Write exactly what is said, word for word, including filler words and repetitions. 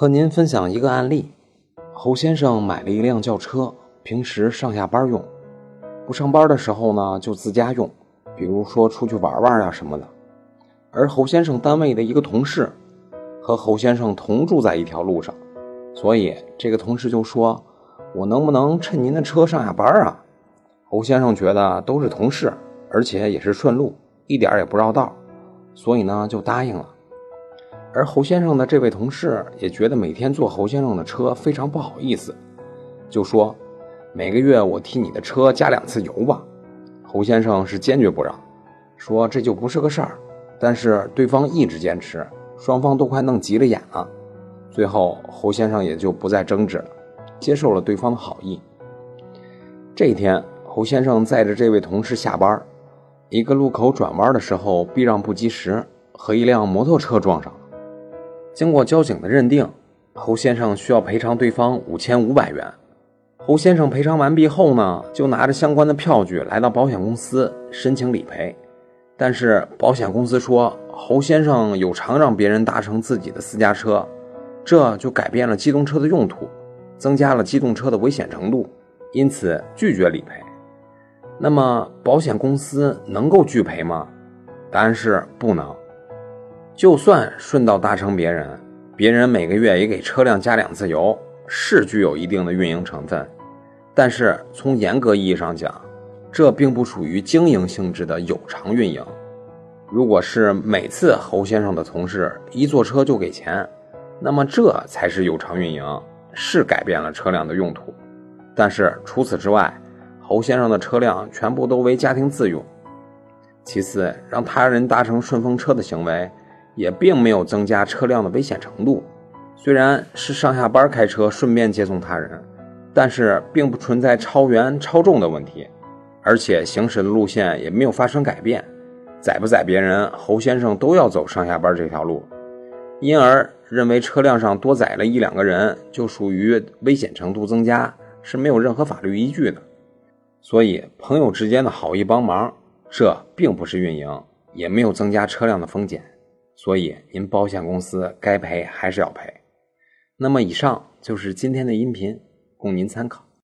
和您分享一个案例。侯先生买了一辆轿车，平时上下班用，不上班的时候呢就自家用，比如说出去玩玩啊什么的。而侯先生单位的一个同事和侯先生同住在一条路上，所以这个同事就说，我能不能趁您的车上下班啊？侯先生觉得都是同事，而且也是顺路，一点也不绕道，所以呢就答应了。而侯先生的这位同事也觉得每天坐侯先生的车非常不好意思，就说每个月我替你的车加两次油吧。侯先生是坚决不让，说这就不是个事儿，但是对方一直坚持，双方都快弄急了眼了。最后侯先生也就不再争执了，接受了对方的好意。这一天侯先生载着这位同事下班，一个路口转弯的时候避让不及时，和一辆摩托车撞上了。经过交警的认定，侯先生需要赔偿对方五千五百元。侯先生赔偿完毕后呢，就拿着相关的票据来到保险公司申请理赔。但是保险公司说，侯先生有偿让别人搭乘自己的私家车，这就改变了机动车的用途，增加了机动车的危险程度，因此拒绝理赔。那么保险公司能够拒赔吗？答案是不能。就算顺道搭乘别人，别人每个月也给车辆加两次油，是具有一定的运营成分，但是从严格意义上讲，这并不属于经营性质的有偿运营。如果是每次侯先生的同事一坐车就给钱，那么这才是有偿运营，是改变了车辆的用途。但是除此之外，侯先生的车辆全部都为家庭自用。其次，让他人搭乘顺风车的行为也并没有增加车辆的危险程度。虽然是上下班开车顺便接送他人，但是并不存在超员超重的问题，而且行驶的路线也没有发生改变，载不载别人，侯先生都要走上下班这条路，因而认为车辆上多载了一两个人就属于危险程度增加，是没有任何法律依据的。所以朋友之间的好意帮忙，这并不是运营，也没有增加车辆的风险，所以您保险公司该赔还是要赔。那么以上就是今天的音频，供您参考。